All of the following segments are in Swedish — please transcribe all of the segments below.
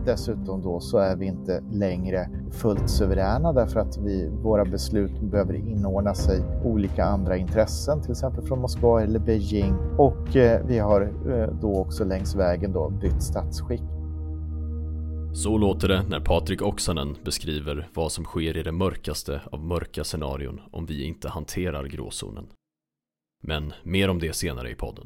dessutom då så är vi inte längre fullt suveräna därför att våra beslut behöver inordna sig olika andra intressen, till exempel från Moskva eller Beijing, och vi har då också längs vägen då bytt statsskick. Så låter det när Patrik Oksanen beskriver vad som sker i det mörkaste av mörka scenarion om vi inte hanterar gråzonen. Men mer om det senare i podden.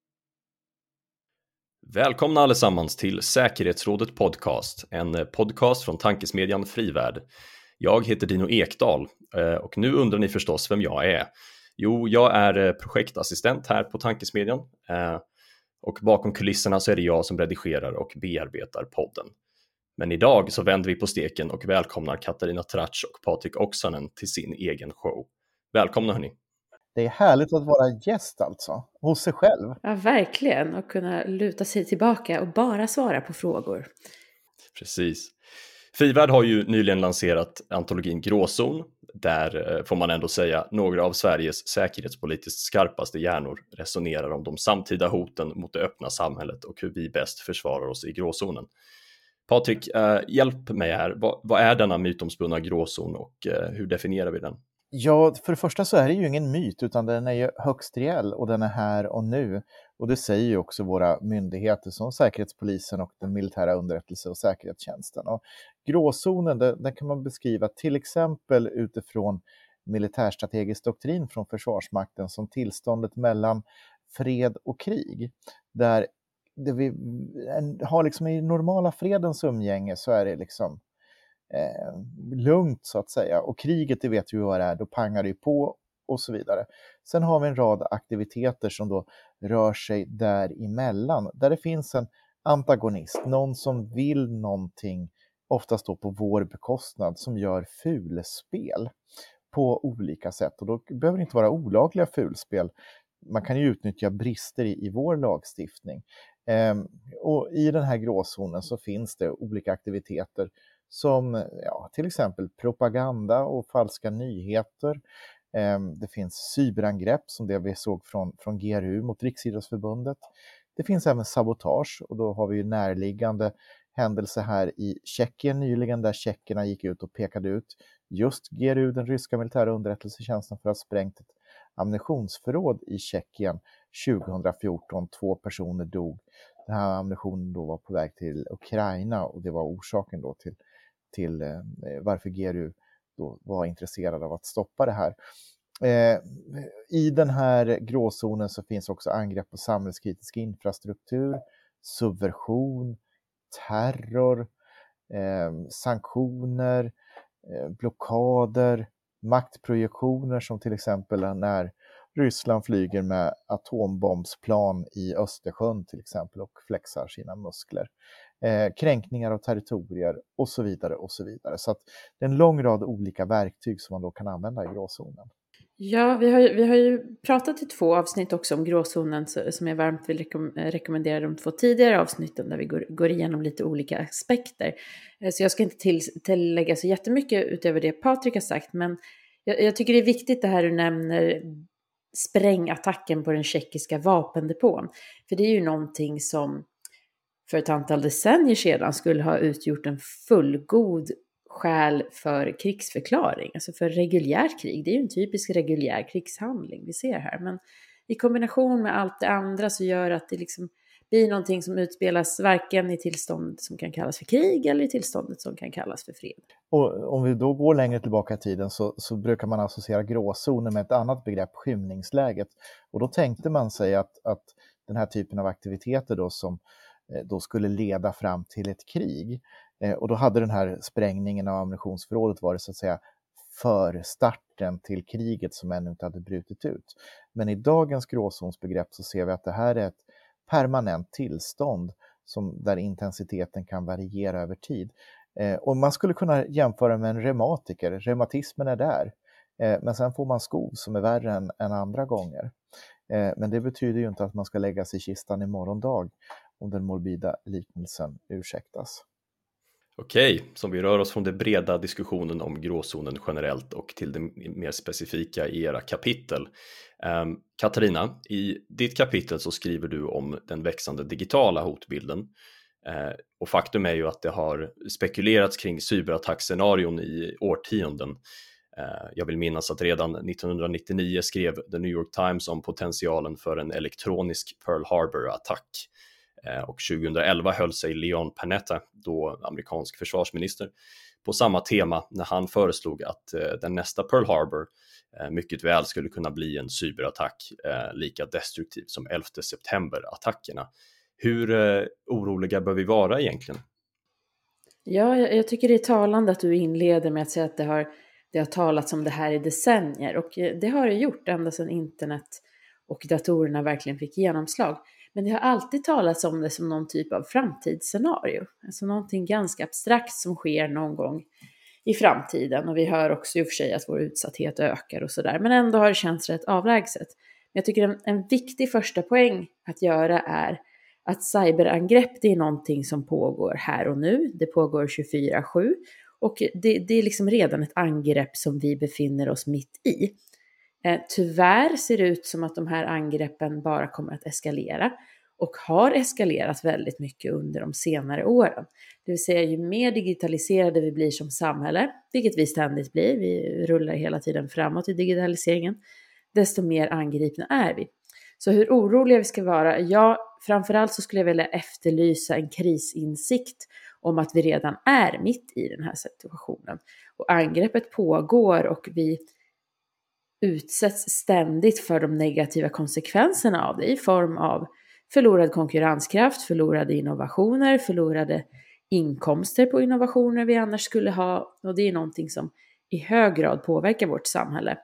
Välkomna allesammans till Säkerhetsrådet Podcast, en podcast från tankesmedjan Frivärd. Jag heter Dino Ekdahl och nu undrar ni förstås vem jag är. Jo, jag är projektassistent här på tankesmedjan och bakom kulisserna så är det jag som redigerar och bearbetar podden. Men idag så vänder vi på steken och välkomnar Katarina Tracz och Patrik Oksanen till sin egen show. Välkomna hörni. Det är härligt att vara gäst alltså, hos sig själv. Ja, verkligen. Och kunna luta sig tillbaka och bara svara på frågor. Precis. Frivärd har ju nyligen lanserat antologin Gråzon. Där får man ändå säga några av Sveriges säkerhetspolitiskt skarpaste hjärnor resonerar om de samtida hoten mot det öppna samhället och hur vi bäst försvarar oss i gråzonen. Patrik, hjälp mig här. Vad är denna mytomspunna gråzon och hur definierar vi den? Ja, för det första så är det ju ingen myt utan den är ju högst reell och den är här och nu. Och det säger ju också våra myndigheter som Säkerhetspolisen och den militära underrättelse- och säkerhetstjänsten. Och gråzonen den kan man beskriva till exempel utifrån militärstrategisk doktrin från Försvarsmakten som tillståndet mellan fred och krig. Där det vi har liksom i normala fredens umgänge så är det liksom lugnt så att säga, och kriget det vet vi vad det är, då pangar det på och så vidare. Sen har vi en rad aktiviteter som då rör sig däremellan, där det finns en antagonist, någon som vill någonting, oftast då på vår bekostnad, som gör fulspel på olika sätt, och då behöver det inte vara olagliga fulspel. Man kan ju utnyttja brister i vår lagstiftning. Och i den här gråzonen så finns det olika aktiviteter som till exempel propaganda och falska nyheter. Det finns cyberangrepp som det vi såg från GRU mot Riksidrottsförbundet. Det finns även sabotage, och då har vi ju närliggande händelse här i Tjeckien nyligen där tjeckerna gick ut och pekade ut just GRU, den ryska militära underrättelsetjänsten, för att ha sprängt ett ammunitionsförråd i Tjeckien 2014. 2 personer dog. Den här ammunitionen då var på väg till Ukraina och det var orsaken då till varför GRU då var intresserad av att stoppa det här. I den här gråzonen så finns också angrepp på samhällskritisk infrastruktur, subversion, terror, sanktioner, blockader, maktprojektioner som till exempel när Ryssland flyger med atombombsplan i Östersjön till exempel och flexar sina muskler. Kränkningar av territorier och så vidare och så vidare. Så att det är en lång rad olika verktyg som man då kan använda i gråzonen. Ja, vi har ju pratat i 2 avsnitt också om gråzonen som jag varmt vill rekommendera de 2 tidigare avsnitten där vi går igenom lite olika aspekter. Så jag ska inte tillägga så jättemycket utöver det Patrik har sagt, men jag tycker det är viktigt det här du nämner, sprängattacken på den tjeckiska vapendepån. För det är ju någonting som för ett antal decennier sedan skulle ha utgjort en fullgod skäl för krigsförklaring. Alltså för reguljärt krig. Det är ju en typisk reguljär krigshandling vi ser här. Men i kombination med allt det andra så gör att det liksom blir någonting som utspelas varken i tillståndet som kan kallas för krig eller i tillståndet som kan kallas för fred. Och om vi då går längre tillbaka i tiden så brukar man associera gråzonen med ett annat begrepp, skymningsläget. Och då tänkte man sig att den här typen av aktiviteter då som då skulle leda fram till ett krig. Och då hade den här sprängningen av ammunitionsförrådet varit så att säga för starten till kriget som ännu inte hade brutit ut. Men i dagens gråzonsbegrepp så ser vi att det här är ett permanent tillstånd där intensiteten kan variera över tid. Och man skulle kunna jämföra med en reumatiker. Reumatismen är där. Men sen får man skov som är värre än andra gånger. Men det betyder ju inte att man ska lägga sig i kistan i morgondag, om den morbida liknelsen ursäktas. Okej, så vi rör oss från den breda diskussionen om gråzonen generellt och till det mer specifika i era kapitel. Katarina, i ditt kapitel så skriver du om den växande digitala hotbilden. Och faktum är ju att det har spekulerats kring cyberattackscenarion i årtionden. Jag vill minnas att redan 1999 skrev The New York Times om potentialen för en elektronisk Pearl Harbor-attack. Och 2011 höll sig Leon Panetta, då amerikansk försvarsminister, på samma tema när han föreslog att den nästa Pearl Harbor mycket väl skulle kunna bli en cyberattack lika destruktiv som 11 september-attackerna. Hur oroliga bör vi vara egentligen? Ja, jag tycker det är talande att du inleder med att säga att det har talats om det här i decennier. Och det har det gjort ända sedan internet och datorerna verkligen fick genomslag. Men det har alltid talats om det som någon typ av framtidsscenario. Alltså någonting ganska abstrakt som sker någon gång i framtiden. Och vi hör också i och för sig att vår utsatthet ökar och sådär. Men ändå har det känts rätt avlägset. Men jag tycker en viktig första poäng att göra är att cyberangrepp, det är någonting som pågår här och nu. Det pågår 24/7 och det är liksom redan ett angrepp som vi befinner oss mitt i. Tyvärr ser det ut som att de här angreppen bara kommer att eskalera och har eskalerat väldigt mycket under de senare åren. Det vill säga ju mer digitaliserade vi blir som samhälle, vilket vi ständigt blir, vi rullar hela tiden framåt i digitaliseringen, desto mer angripna är vi. Så hur oroliga vi ska vara? Ja, framförallt så skulle jag vilja efterlysa en krisinsikt om att vi redan är mitt i den här situationen. Och angreppet pågår och vi utsätts ständigt för de negativa konsekvenserna av det i form av förlorad konkurrenskraft, förlorade innovationer, förlorade inkomster på innovationer vi annars skulle ha. Och det är någonting som i hög grad påverkar vårt samhälle.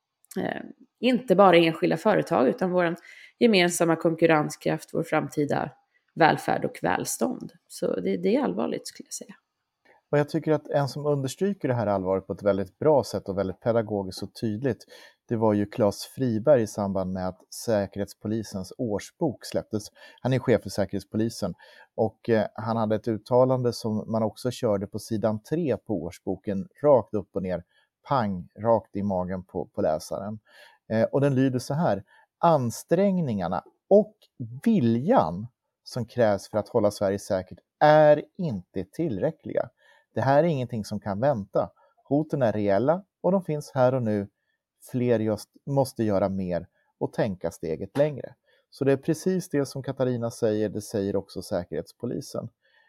Inte bara enskilda företag utan vår gemensamma konkurrenskraft, vår framtida välfärd och välstånd. Så det är allvarligt skulle jag säga. Och jag tycker att en som understryker det här allvaret på ett väldigt bra sätt och väldigt pedagogiskt och tydligt, det var ju Claes Friberg i samband med att Säkerhetspolisens årsbok släpptes. Han är chef för Säkerhetspolisen och han hade ett uttalande som man också körde på sidan 3 på årsboken, rakt upp och ner, pang, rakt i magen på läsaren. Och den lyder så här: ansträngningarna och viljan som krävs för att hålla Sverige säkert är inte tillräckliga. Det här är ingenting som kan vänta. Hoten är reella och de finns här och nu. Fler måste göra mer och tänka steget längre. Så det är precis det som Katarina säger, det säger också Säkerhetspolisen.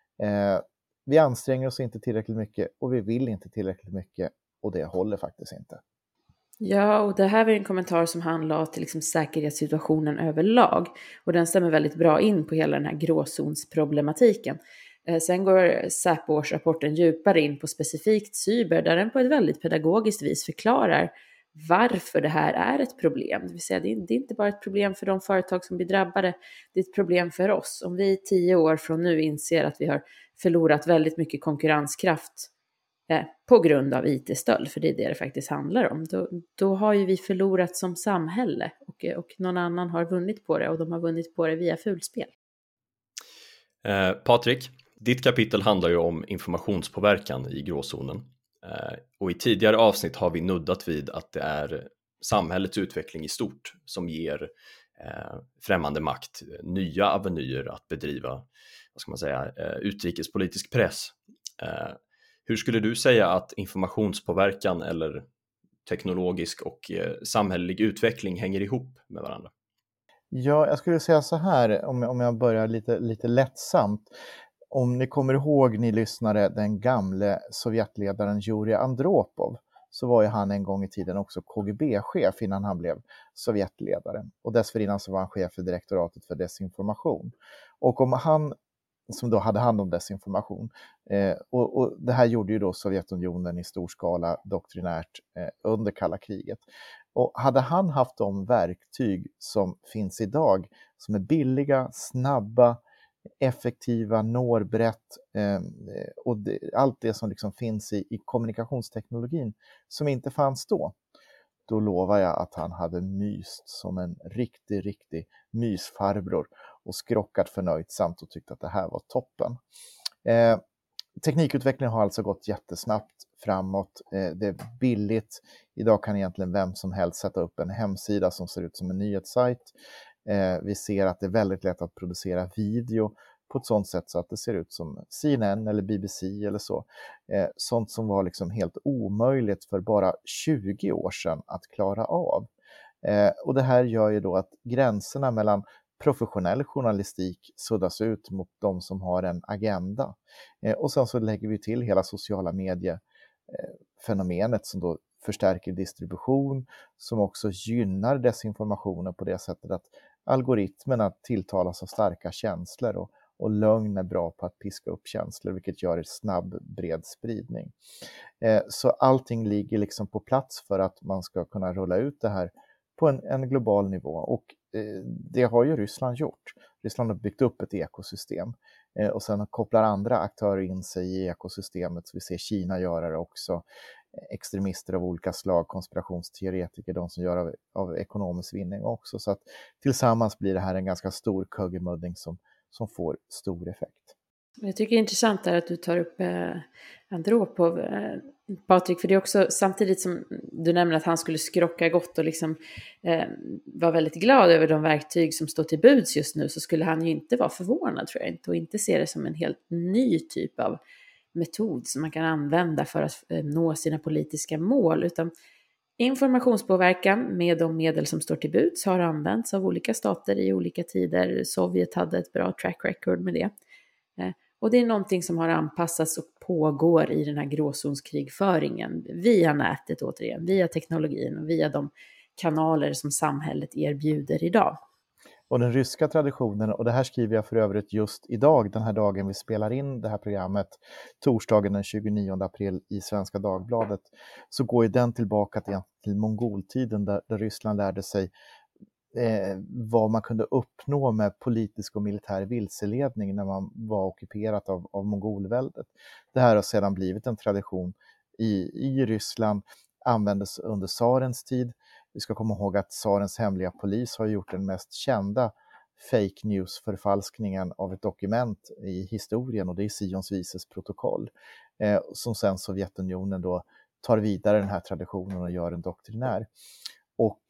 Vi anstränger oss inte tillräckligt mycket och vi vill inte tillräckligt mycket och det håller faktiskt inte. Ja, och det här var en kommentar som handlar till liksom säkerhetssituationen överlag. Och den stämmer väldigt bra in på hela den här gråzonsproblematiken. Sen går Säpo-årsrapporten djupare in på specifikt cyber, där den på ett väldigt pedagogiskt vis förklarar varför det här är ett problem. Det vill säga, det är inte bara ett problem för de företag som blir drabbade, det är ett problem för oss. Om vi 10 år från nu inser att vi har förlorat väldigt mycket konkurrenskraft på grund av IT-stöld, för det är det faktiskt handlar om, då har ju vi förlorat som samhälle och någon annan har vunnit på det och de har vunnit på det via fulspel. Patrik, ditt kapitel handlar ju om informationspåverkan i gråzonen. Och i tidigare avsnitt har vi nuddat vid att det är samhällets utveckling i stort som ger främmande makt nya avenyer att bedriva, vad ska man säga, utrikespolitisk press. Hur skulle du säga att informationspåverkan eller teknologisk och samhällelig utveckling hänger ihop med varandra? Ja, jag skulle säga så här, om jag börjar lite lättsamt. Om ni kommer ihåg, ni lyssnare, den gamle Sovjetledaren Jurij Andropov, så var ju han en gång i tiden också KGB-chef innan han blev Sovjetledare. Och dessförinnan så var han chef för direktoratet för desinformation. Och om han, som då hade hand om desinformation, och det här gjorde ju då Sovjetunionen i stor skala doktrinärt under kalla kriget. Och hade han haft de verktyg som finns idag, som är billiga, snabba, effektiva, når brett och allt det som liksom finns i kommunikationsteknologin som inte fanns då lovar jag att han hade myst som en riktig mysfarbror och skrockat förnöjtsamt och tyckt att det här var toppen. Teknikutvecklingen har alltså gått jättesnabbt framåt. Det är billigt. Idag kan egentligen vem som helst sätta upp en hemsida som ser ut som en nyhetssajt. Vi ser att det är väldigt lätt att producera video på ett sådant sätt så att det ser ut som CNN eller BBC eller så. Sånt som var liksom helt omöjligt för bara 20 år sedan att klara av. Och det här gör ju då att gränserna mellan professionell journalistik suddas ut mot de som har en agenda. Och sen så lägger vi till hela sociala mediefenomenet som då förstärker distribution, som också gynnar desinformationen på det sättet att algoritmerna tilltalas av starka känslor och lögn är bra på att piska upp känslor, vilket gör en snabb, bred spridning. Så allting ligger liksom på plats för att man ska kunna rulla ut det här på en global nivå. Och det har ju Ryssland gjort. Ryssland har byggt upp ett ekosystem och sen kopplar andra aktörer in sig i ekosystemet. Så vi ser Kina göra det också. Extremister av olika slag, konspirationsteoretiker, de som gör av ekonomisk vinning också. Så att tillsammans blir det här en ganska stor kuggemudding som får stor effekt. Jag tycker det är intressant där att du tar upp Andropov, Patrik, för det är också samtidigt som du nämner att han skulle skrocka gott och liksom vara väldigt glad över de verktyg som står till buds just nu, så skulle han ju inte vara förvånad, tror jag inte, och inte se det som en helt ny typ av metod som man kan använda för att nå sina politiska mål, utan informationspåverkan med de medel som står till buds har använts av olika stater i olika tider. Sovjet hade ett bra track record med det. Och det är någonting som har anpassats och pågår i den här gråzonskrigföringen via nätet återigen, via teknologin och via de kanaler som samhället erbjuder idag. Och den ryska traditionen, och det här skriver jag för övrigt just idag, den här dagen vi spelar in det här programmet, torsdagen den 29 april i Svenska Dagbladet, så går ju den tillbaka till mongoltiden där Ryssland lärde sig vad man kunde uppnå med politisk och militär vilseledning när man var ockuperat av mongolväldet. Det här har sedan blivit en tradition i Ryssland, användes under tsarens tid. Vi ska komma ihåg att tsarens hemliga polis har gjort den mest kända fake news-förfalskningen av ett dokument i historien, och det är Sions vises protokoll, som sen Sovjetunionen då tar vidare den här traditionen och gör en doktrinär. Och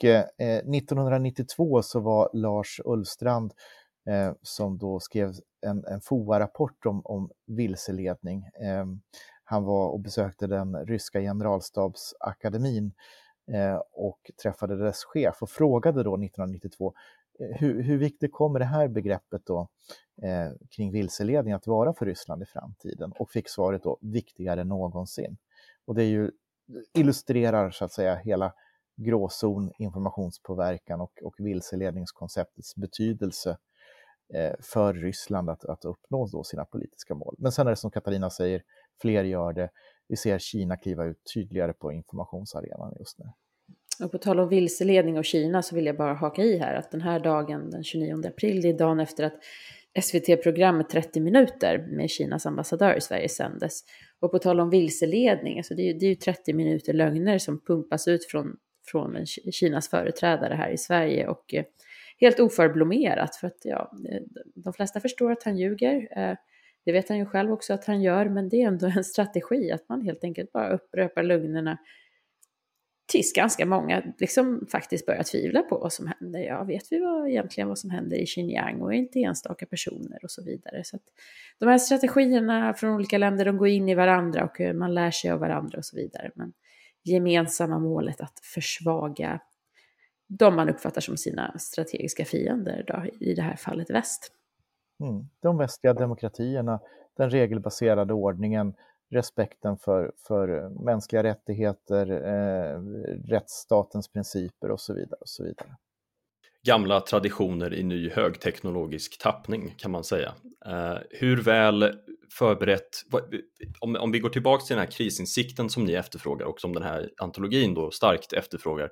1992 så var Lars Ulfstrand som då skrev en FOA-rapport om vilseledning. Han var och besökte den ryska generalstabsakademin och träffade dess chef och frågade då 1992 hur viktigt kommer det här begreppet då kring vilseledning att vara för Ryssland i framtiden, och fick svaret då viktigare än någonsin. Och det är ju illustrerar så att säga hela gråzon, informationspåverkan och vilseledningskonceptets betydelse för Ryssland att uppnå då sina politiska mål. Men sen är det som Katarina säger, fler gör det. Vi ser Kina kliva ut tydligare på informationsarenan just nu. Och på tal om vilseledning och Kina så vill jag bara haka i här att den här dagen, den 29 april, det är dagen efter att SVT-programmet 30 minuter med Kinas ambassadör i Sverige sändes. Och på tal om vilseledning, alltså det är ju 30 minuter lögner som pumpas ut från Kinas företrädare här i Sverige, och helt oförblommerat, för att de flesta förstår att han ljuger. Det vet han ju själv också att han gör, men det är ändå en strategi att man helt enkelt bara upprepar lögnerna tills ganska många liksom faktiskt börjar tvivla på vad som händer. Ja, vet vi egentligen vad som händer i Xinjiang och inte enstaka personer och så vidare. Så att de här strategierna från olika länder, de går in i varandra och man lär sig av varandra och så vidare. Men gemensamma målet att försvaga de man uppfattar som sina strategiska fiender då, i det här fallet väst. De västliga demokratierna, den regelbaserade ordningen, respekten för mänskliga rättigheter, rättsstatens principer och så vidare och så vidare. Gamla traditioner i ny högteknologisk tappning kan man säga. Hur väl förberett, om vi går tillbaka till den här krisinsikten som ni efterfrågar och som den här antologin då starkt efterfrågar,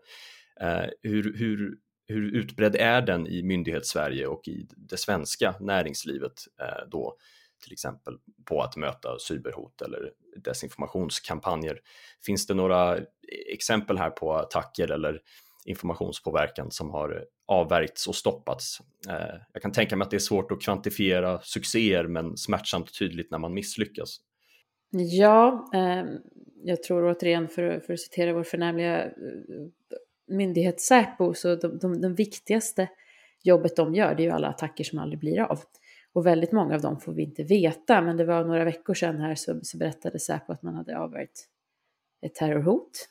hur utbredd är den i myndighetssverige och i det svenska näringslivet då, till exempel på att möta cyberhot eller desinformationskampanjer? Finns det några exempel här på attacker eller informationspåverkan som har avvärjts och stoppats? Jag kan tänka mig att det är svårt att kvantifiera succéer, men smärtsamt tydligt när man misslyckas. Ja, jag tror återigen för att citera vår förnämliga myndighet Säpo, så de viktigaste jobbet de gör, det är ju alla attacker som aldrig blir av. Och väldigt många av dem får vi inte veta, men det var några veckor sedan här så berättade Säpo att man hade avvärjt ett terrorhot,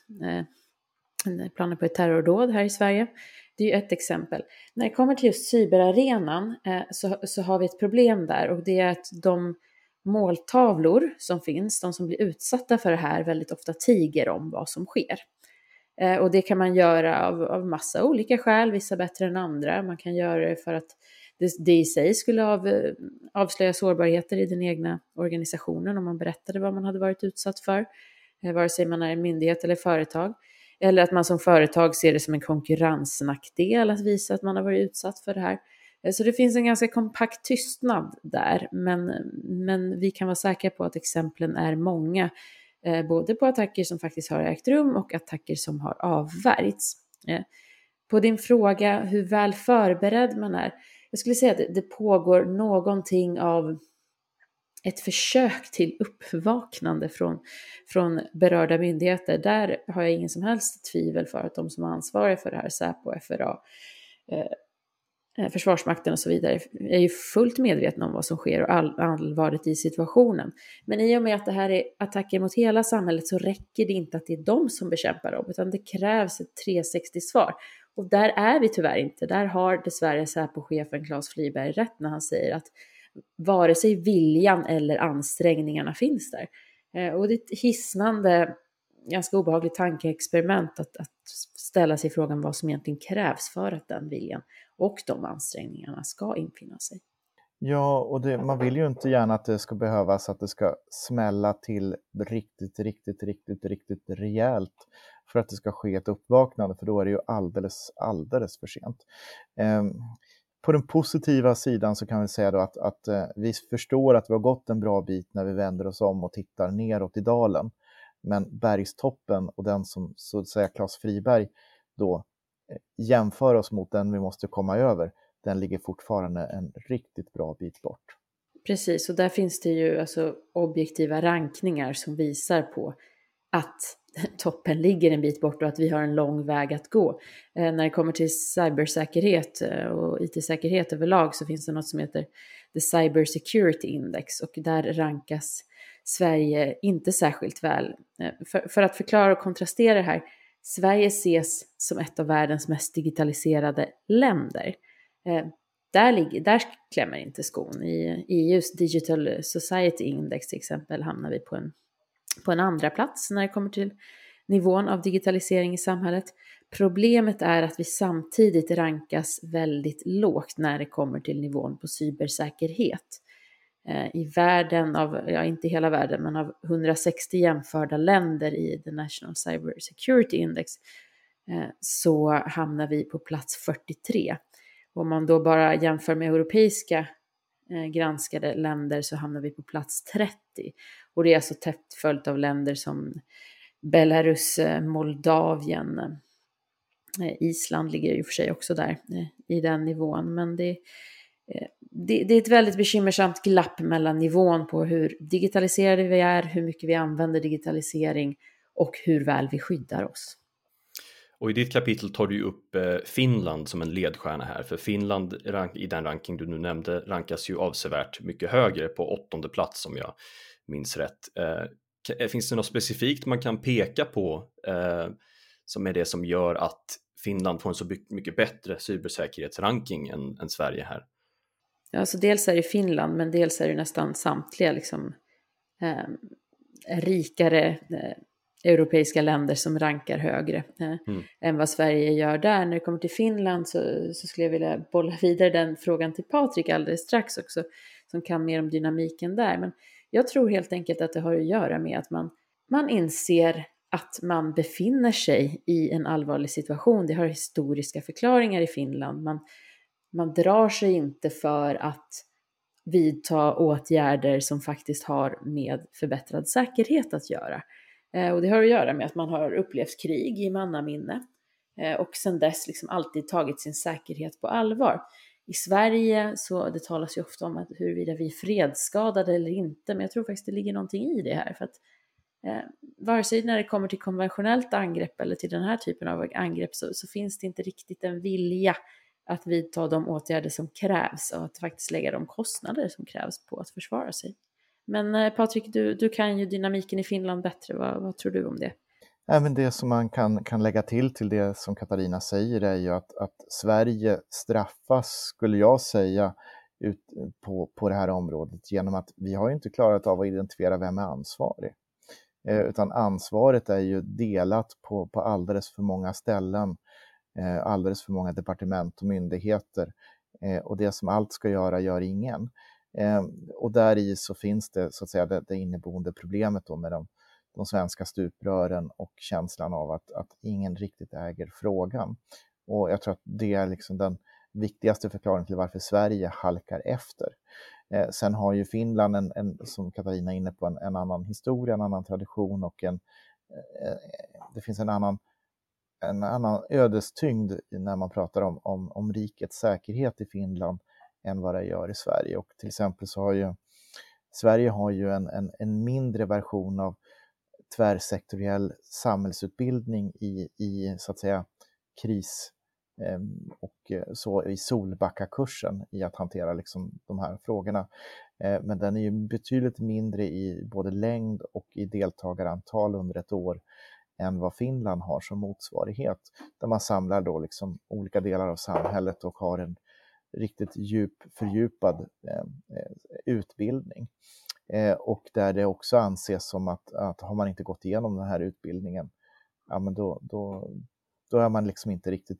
planer på ett terrordåd här i Sverige. Det är ju ett exempel. När det kommer till just cyberarenan så har vi ett problem där, och det är att de måltavlor som finns, de som blir utsatta för det här, väldigt ofta tiger om vad som sker. Och det kan man göra av massa olika skäl, vissa bättre än andra. Man kan göra det för att det i sig skulle avslöja sårbarheter i den egna organisationen om man berättade vad man hade varit utsatt för, vare sig man är en myndighet eller företag. Eller att man som företag ser det som en konkurrensnackdel att visa att man har varit utsatt för det här. Så det finns en ganska kompakt tystnad där, men vi kan vara säkra på att exemplen är många. Både på attacker som faktiskt har ägt rum och attacker som har avvärjts. På din fråga hur väl förberedd man är. Jag skulle säga att det pågår någonting av ett försök till uppvaknande från berörda myndigheter. Där har jag ingen som helst tvivel för att de som är ansvariga för det här, Säpo, FRA, Försvarsmakten och så vidare, är ju fullt medvetna om vad som sker och allvaret i situationen. Men i och med att det här är attacker mot hela samhället så räcker det inte att det är de som bekämpar dem, utan det krävs ett 360-svar. Och där är vi tyvärr inte. Där har dessvärre Säpo-chefen Claes Friberg rätt när han säger att vare sig viljan eller ansträngningarna finns där. Och det är ett hisnande, ganska obehagligt tankeexperiment att ställa sig frågan vad som egentligen krävs för att den viljan och de ansträngningarna ska infinna sig. Ja, och man vill ju inte gärna att det ska behövas, att det ska smälla till riktigt rejält för att det ska ske ett uppvaknande, för då är det ju alldeles för sent. På den positiva sidan så kan vi säga då att vi förstår att vi har gått en bra bit när vi vänder oss om och tittar neråt i dalen. Men bergstoppen och den som så att säga Claes Friberg då jämför oss mot, den vi måste komma över, den ligger fortfarande en riktigt bra bit bort. Precis, och där finns det ju alltså objektiva rankningar som visar på att toppen ligger en bit bort och att vi har en lång väg att gå. När det kommer till cybersäkerhet och IT-säkerhet överlag så finns det något som heter The Cyber Security Index, och där rankas Sverige inte särskilt väl. För att förklara och kontrastera det här, Sverige ses som ett av världens mest digitaliserade länder. Där klämmer inte skon. I EUs Digital Society Index till exempel hamnar vi på en andra plats när det kommer till nivån av digitalisering i samhället. Problemet är att vi samtidigt rankas väldigt lågt när det kommer till nivån på cybersäkerhet. I världen inte hela världen, men av 160 jämförda länder i The National Cyber Security Index så hamnar vi på plats 43. Om man då bara jämför med europeiska granskade länder så hamnar vi på plats 30. Och det är alltså tätt följt av länder som Belarus, Moldavien, Island ligger ju för sig också där i den nivån. Men det är ett väldigt bekymmersamt glapp mellan nivån på hur digitaliserade vi är, hur mycket vi använder digitalisering och hur väl vi skyddar oss. Och i ditt kapitel tar du upp Finland som en ledstjärna här. För Finland i den ranking du nu nämnde rankas ju avsevärt mycket högre, på 8:e plats om jag minns rätt. Finns det något specifikt man kan peka på som är det som gör att Finland får en så mycket bättre cybersäkerhetsranking än Sverige här? Ja, alltså dels är det Finland, men dels är det nästan samtliga rikare europeiska länder som rankar högre än vad Sverige gör där. När det kommer till Finland så skulle jag vilja bolla vidare den frågan till Patrik alldeles strax också, som kan mer om dynamiken där. Men jag tror helt enkelt att det har att göra med att man inser att man befinner sig i en allvarlig situation. Det har historiska förklaringar i Finland. Man drar sig inte för att vidta åtgärder som faktiskt har med förbättrad säkerhet att göra. Och det har att göra med att man har upplevt krig i mannaminne och sedan dess alltid tagit sin säkerhet på allvar. I Sverige så det talas ju ofta om att huruvida vi är fredsskadade eller inte, men jag tror faktiskt det ligger någonting i det här, för att vare sig när det kommer till konventionellt angrepp eller till den här typen av angrepp så finns det inte riktigt en vilja att vidta de åtgärder som krävs och att faktiskt lägga de kostnader som krävs på att försvara sig. Men Patrik, du kan ju dynamiken i Finland bättre. Vad tror du om det? Även det som man kan lägga till det som Katarina säger är ju att Sverige straffas, skulle jag säga, ut på det här området genom att vi har inte klarat av att identifiera vem är ansvarig. Utan ansvaret är ju delat på alldeles för många ställen, alldeles för många departement och myndigheter. Och det som allt ska göra gör ingen. Och där i så finns det så att säga det inneboende problemet då med de svenska stuprören och känslan av att ingen riktigt äger frågan. Och jag tror att det är liksom den viktigaste förklaringen till varför Sverige halkar efter. Sen har ju Finland, som Katarina är inne på, en annan historia, en annan tradition och det finns en annan ödestyngd när man pratar om rikets säkerhet i Finland än vad det gör i Sverige. Och till exempel så har ju Sverige har ju en mindre version av tvärsektoriell samhällsutbildning i så att säga kris och så i Solbacka-kursen i att hantera liksom de här frågorna. Men den är ju betydligt mindre i både längd och i deltagarantal under ett år än vad Finland har som motsvarighet. Där man samlar då liksom olika delar av samhället och har en riktigt fördjupad utbildning. Och där det också anses som att har man inte gått igenom den här utbildningen, ja men då är man liksom inte riktigt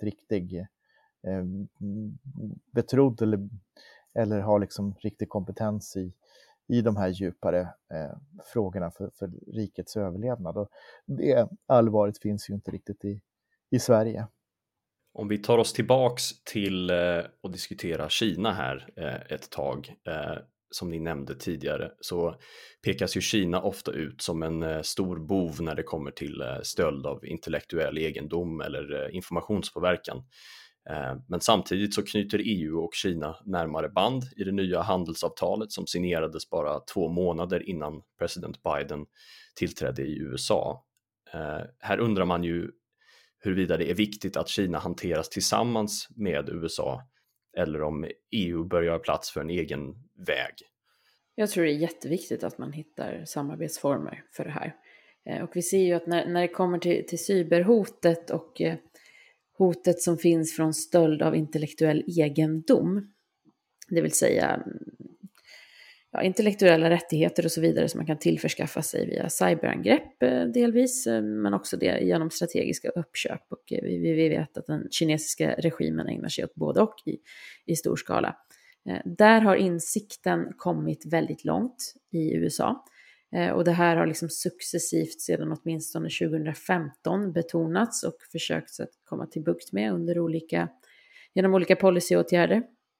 betrodd eller har liksom riktig kompetens i de här djupare frågorna för rikets överlevnad. Och det allvaret finns ju inte riktigt i Sverige. Om vi tar oss tillbaks till att diskutera Kina här ett tag, som ni nämnde tidigare, så pekas ju Kina ofta ut som en stor bov när det kommer till stöld av intellektuell egendom eller informationspåverkan. Men samtidigt så knyter EU och Kina närmare band i det nya handelsavtalet som signerades bara 2 månader innan president Biden tillträdde i USA. Här undrar man ju huruvida det är viktigt att Kina hanteras tillsammans med USA eller om EU bör göra plats för en egen väg. Jag tror det är jätteviktigt att man hittar samarbetsformer för det här. Och vi ser ju att när det kommer till cyberhotet och hotet som finns från stöld av intellektuell egendom, det vill säga intellektuella rättigheter och så vidare som man kan tillförskaffa sig via cyberangrepp delvis, men också det genom strategiska uppköp. Och vi vet att den kinesiska regimen ägnar sig åt både och i stor skala. Där har insikten kommit väldigt långt i USA. Och det här har liksom successivt sedan åtminstone 2015 betonats och försökt att komma till bukt med genom olika policyåtgärder.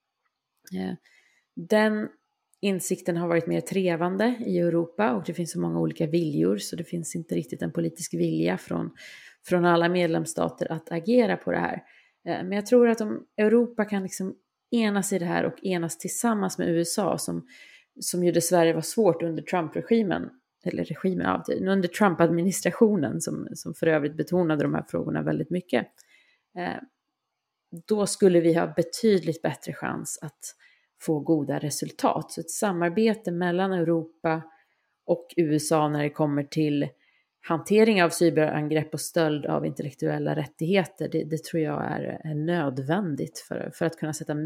Den insikten har varit mer trevande i Europa och det finns så många olika viljor så det finns inte riktigt en politisk vilja från alla medlemsstater att agera på det här. Men jag tror att om Europa kan liksom enas i det här och enas tillsammans med USA som ju dessvärre var svårt under Trump-regimen, under Trump-administrationen som för övrigt betonade de här frågorna väldigt mycket. Då skulle vi ha betydligt bättre chans att få goda resultat. Så ett samarbete mellan Europa och USA när det kommer till hantering av cyberangrepp och stöld av intellektuella rättigheter, det tror jag är nödvändigt för att kunna sätta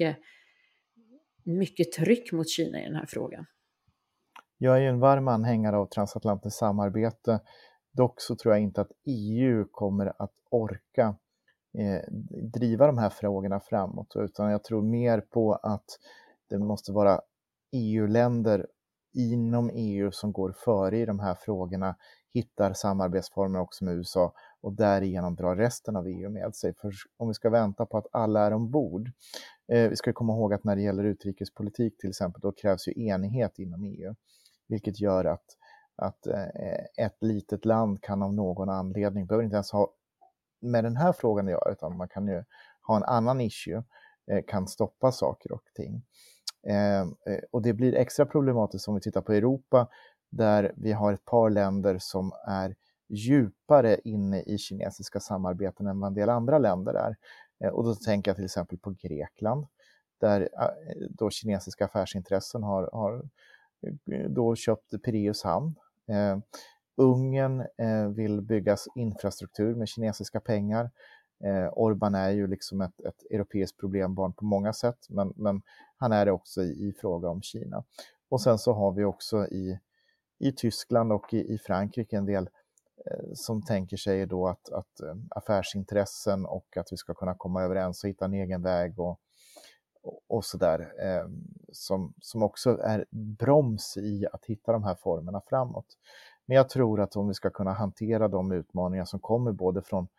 mycket tryck mot Kina i den här frågan. Jag är ju en varm anhängare av transatlantiskt samarbete. Dock så tror jag inte att EU kommer att orka driva de här frågorna framåt, utan jag tror mer på att det måste vara EU-länder inom EU som går före i de här frågorna, hittar samarbetsformer också med USA och därigenom drar resten av EU med sig. För om vi ska vänta på att alla är ombord, vi ska komma ihåg att när det gäller utrikespolitik till exempel, då krävs ju enighet inom EU, vilket gör att ett litet land kan av någon anledning, behöver inte ens ha med den här frågan att göra, utan man kan ju ha en annan issue, kan stoppa saker och ting. Och det blir extra problematiskt om vi tittar på Europa, där vi har ett par länder som är djupare inne i kinesiska samarbeten än vad en del andra länder är. Och då tänker jag till exempel på Grekland, där då kinesiska affärsintressen har då köpt Pireus hamn. Ungern vill bygga infrastruktur med kinesiska pengar. Orbán är ju liksom ett europeiskt problembarn på många sätt, men han är det också i fråga om Kina. Och sen så har vi också i Tyskland och i Frankrike en del som tänker sig då att affärsintressen och att vi ska kunna komma överens och hitta en egen väg och sådär, som också är broms i att hitta de här formerna framåt. Men jag tror att om vi ska kunna hantera de utmaningar som kommer både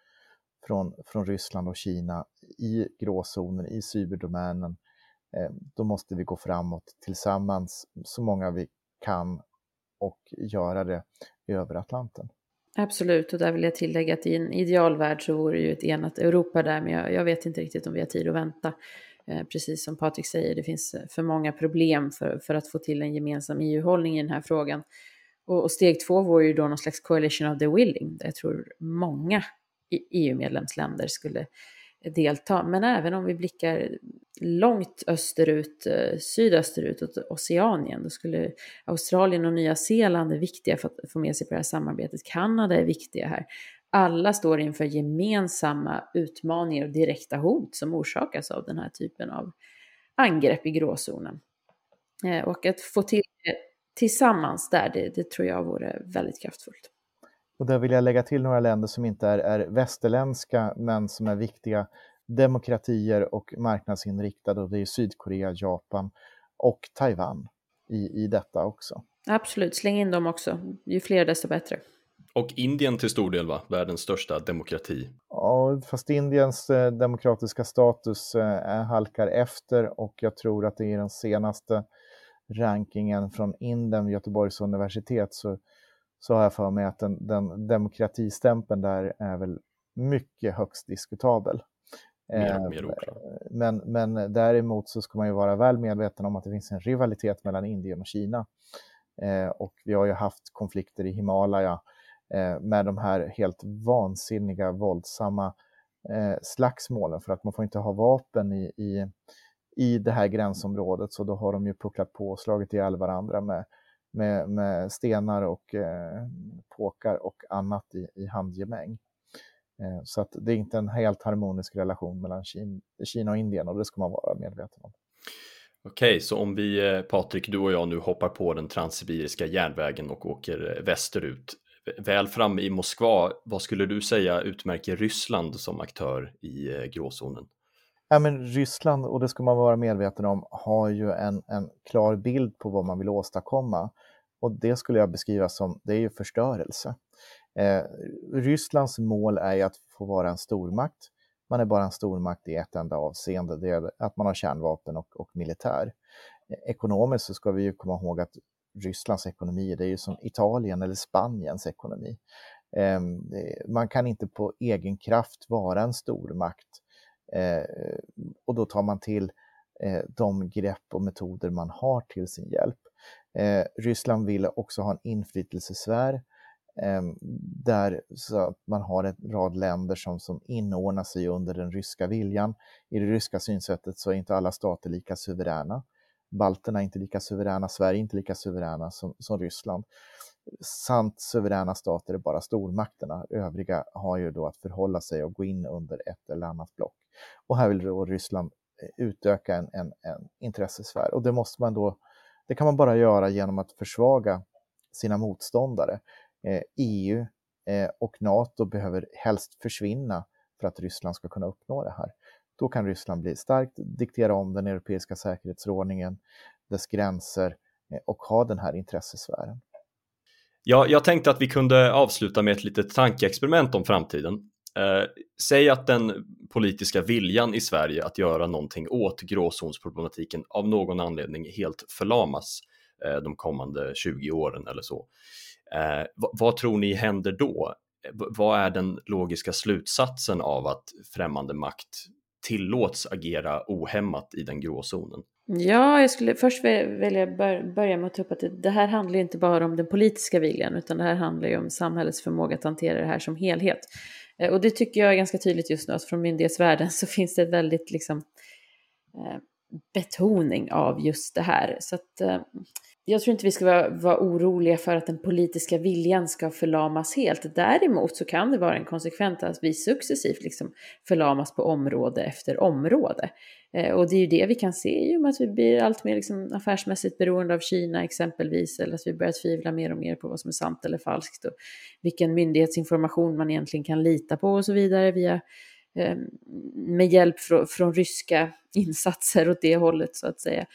från Ryssland och Kina i gråzonen, i cyberdomänen, då måste vi gå framåt tillsammans så många vi kan och göra det över Atlanten. Absolut, och där vill jag tillägga att i en idealvärld så vore ju ett enat Europa där, men jag vet inte riktigt om vi har tid att vänta. Precis som Patrik säger, det finns för många problem för att få till en gemensam EU-hållning i den här frågan. Och steg 2 vore ju då någon slags coalition of the willing, där jag tror många EU-medlemsländer skulle delta. Men även om vi blickar långt österut, sydösterut och Oceanien, då skulle Australien och Nya Zeeland är viktiga för att få med sig på det här samarbetet. Kanada är viktiga här. Alla står inför gemensamma utmaningar och direkta hot som orsakas av den här typen av angrepp i gråzonen. Och att få till tillsammans där, det tror jag vore väldigt kraftfullt. Och där vill jag lägga till några länder som inte är västerländska men som är viktiga demokratier och marknadsinriktade, och det är Sydkorea, Japan och Taiwan i detta också. Absolut, släng in dem också. Ju fler desto bättre. Och Indien till stor del, va? Världens största demokrati. Ja, fast Indiens demokratiska status halkar efter, och jag tror att det är den senaste rankingen från Indien, Göteborgs universitet, så har jag för mig att den demokratistämpeln där är väl mycket högst diskutabel. Mer oklart. Men däremot så ska man ju vara väl medveten om att det finns en rivalitet mellan Indien och Kina. Och vi har ju haft konflikter i Himalaya med de här helt vansinniga, våldsamma slagsmålen, för att man får inte ha vapen i det här gränsområdet, så då har de ju pucklat på och slagit ihjäl varandra med stenar och påkar och annat i handgemäng. Så att det är inte en helt harmonisk relation mellan Kina och Indien, och det ska man vara medveten om. Okej, så om vi, Patrik, du och jag nu hoppar på den transsibiriska järnvägen och åker västerut, väl fram i Moskva, vad skulle du säga utmärker Ryssland som aktör i gråzonen? Ja, men Ryssland, och det ska man vara medveten om, har ju en klar bild på vad man vill åstadkomma. Och det skulle jag beskriva som, det är ju förstörelse. Rysslands mål är ju att få vara en stormakt. Man är bara en stormakt i ett enda avseende, det är att man har kärnvapen och militär. Ekonomiskt så ska vi ju komma ihåg att Rysslands ekonomi, det är ju som Italien eller Spaniens ekonomi. Man kan inte på egen kraft vara en stormakt. Och då tar man till de grepp och metoder man har till sin hjälp. Ryssland vill också ha en inflytelsesfär där så att man har en rad länder som inordnar sig under den ryska viljan. I det ryska synsättet så är inte alla stater lika suveräna. Balterna är inte lika suveräna, Sverige är inte lika suveräna som Ryssland. Sant suveräna stater är bara stormakterna. Övriga har ju då att förhålla sig och gå in under ett eller annat block. Och här vill då Ryssland utöka en intressesfär. Och det kan man bara göra genom att försvaga sina motståndare. EU och NATO behöver helst försvinna för att Ryssland ska kunna uppnå det här. Då kan Ryssland bli starkt, diktera om den europeiska säkerhetsordningen, dess gränser och ha den här intressesfären. Ja, jag tänkte att vi kunde avsluta med ett litet tankeexperiment om framtiden. Säg att den politiska viljan i Sverige att göra någonting åt gråzonsproblematiken av någon anledning helt förlamas de kommande 20 åren eller så. Vad tror ni händer då? Vad är den logiska slutsatsen av att främmande makt tillåts agera ohämmat i den gråzonen? Ja, jag skulle först vilja börja med att ta upp att det här handlar inte bara om den politiska viljan, utan det här handlar ju om samhällets förmåga att hantera det här som helhet. Och det tycker jag är ganska tydligt just nu, att från myndighetsvärlden så finns det ett väldigt liksom, betoning av just det här. Så att jag tror inte vi ska vara oroliga för att den politiska viljan ska förlamas helt. Däremot så kan det vara en konsekvens att vi successivt liksom förlamas på område efter område. Och det är ju det vi kan se i och med att vi blir allt mer liksom affärsmässigt beroende av Kina exempelvis, eller att vi börjar tvivla mer och mer på vad som är sant eller falskt och vilken myndighetsinformation man egentligen kan lita på och så vidare via med hjälp från ryska insatser åt det hållet så att säga.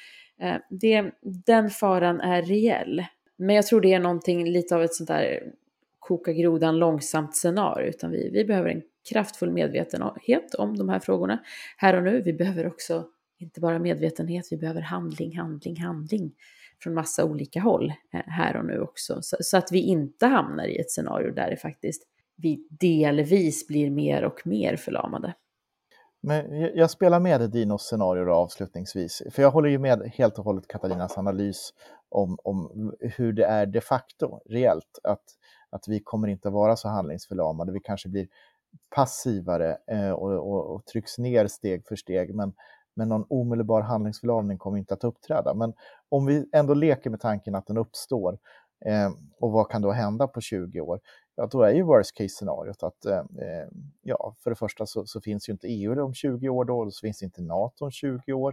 Den faran är reell. Men jag tror det är någonting lite av ett sånt där koka grodan långsamt scenario, utan vi behöver en kraftfull medvetenhet om de här frågorna här och nu. Vi behöver också inte bara medvetenhet, vi behöver handling från massa olika håll här och nu också. Så att vi inte hamnar i ett scenario där det faktiskt vi delvis blir mer och mer förlamade. Men jag spelar med i Dinos scenario avslutningsvis. För jag håller ju med helt och hållet Katarinas analys om hur det är de facto, reellt. Att vi kommer inte vara så handlingsförlamade. Vi kanske blir passivare och trycks ner steg för steg. Men någon omedelbar handlingsförlamning kommer inte att uppträda. Men om vi ändå leker med tanken att den uppstår, och vad kan då hända på 20 år? Ja, då är ju worst case scenariot att för det första så finns ju inte EU om 20 år då, så finns inte NATO om 20 år.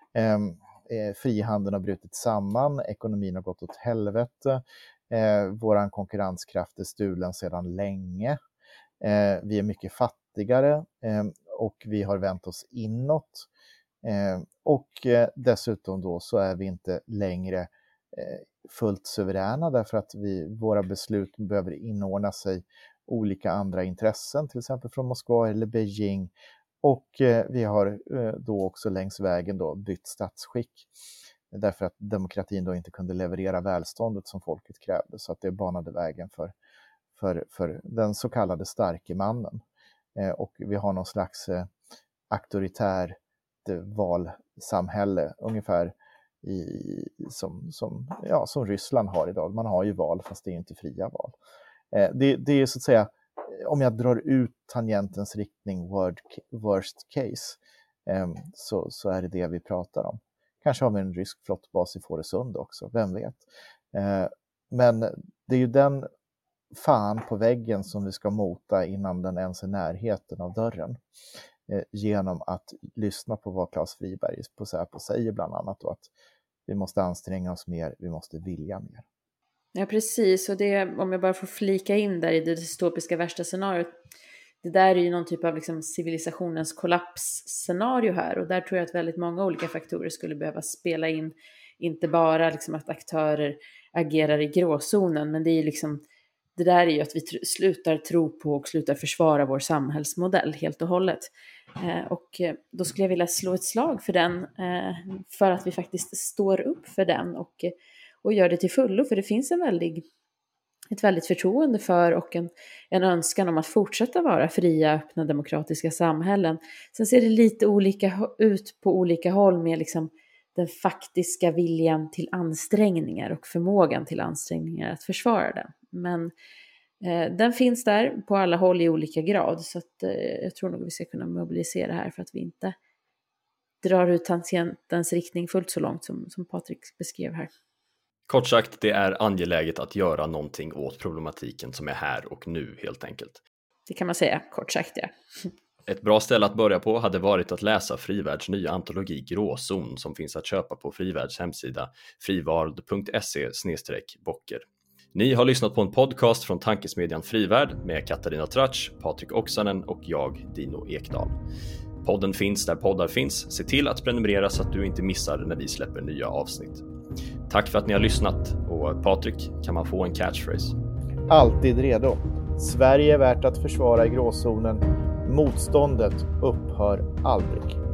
Frihandeln har brutit samman, ekonomin har gått åt helvete, våran konkurrenskraft är stulen sedan länge, vi är mycket fattigare och vi har vänt oss inåt, och dessutom då så är vi inte längre fullt suveräna, därför att våra beslut behöver inordna sig olika andra intressen, till exempel från Moskva eller Beijing, och vi har då också längs vägen då bytt statsskick, därför att demokratin då inte kunde leverera välståndet som folket krävde, så att det banade vägen för den så kallade starke mannen, och vi har någon slags auktoritärt valsamhälle ungefär som Ryssland har idag. Man har ju val fast det är inte fria val. Det är så att säga, om jag drar ut tangentens riktning worst case, så är det vi pratar om. Kanske har vi en rysk flottbas i Fårösund också, vem vet. Men det är ju den fan på väggen som vi ska mota innan den ens är närheten av dörren. Genom att lyssna på vad Claes Friberg på Säpo säger bland annat, och att vi måste anstränga oss mer, vi måste vilja mer. Ja, precis. Och det, om jag bara får flika in där i det dystopiska värsta scenariot, det där är ju någon typ av liksom civilisationens kollapsscenario här, och där tror jag att väldigt många olika faktorer skulle behöva spela in, inte bara liksom att aktörer agerar i gråzonen, men det är ju liksom, det där är ju att vi slutar tro på och slutar försvara vår samhällsmodell helt och hållet. Och då skulle jag vilja slå ett slag för den, för att vi faktiskt står upp för den och gör det till fullo. För det finns ett väldigt förtroende för och en önskan om att fortsätta vara fria, öppna, demokratiska samhällen. Sen ser det lite olika ut på olika håll med liksom den faktiska viljan till ansträngningar och förmågan till ansträngningar att försvara den. Men den finns där på alla håll i olika grad, så att jag tror nog vi ska kunna mobilisera här för att vi inte drar ut tangentens riktning fullt så långt som Patrik beskrev här. Kort sagt, det är angeläget att göra någonting åt problematiken som är här och nu helt enkelt. Det kan man säga, kort sagt, ja. Ett bra ställe att börja på hade varit att läsa Frivärds nya antologi Gråzon som finns att köpa på Frivärds hemsida frivard.se/bocker. Ni har lyssnat på en podcast från tankesmedjan Frivärd med Katarina Tratsch, Patrik Oksanen och jag, Dino Ekdal. Podden finns där poddar finns. Se till att prenumerera så att du inte missar när vi släpper nya avsnitt. Tack för att ni har lyssnat, och Patrik, kan man få en catchphrase? Alltid redo. Sverige är värt att försvara i gråzonen. Motståndet upphör aldrig.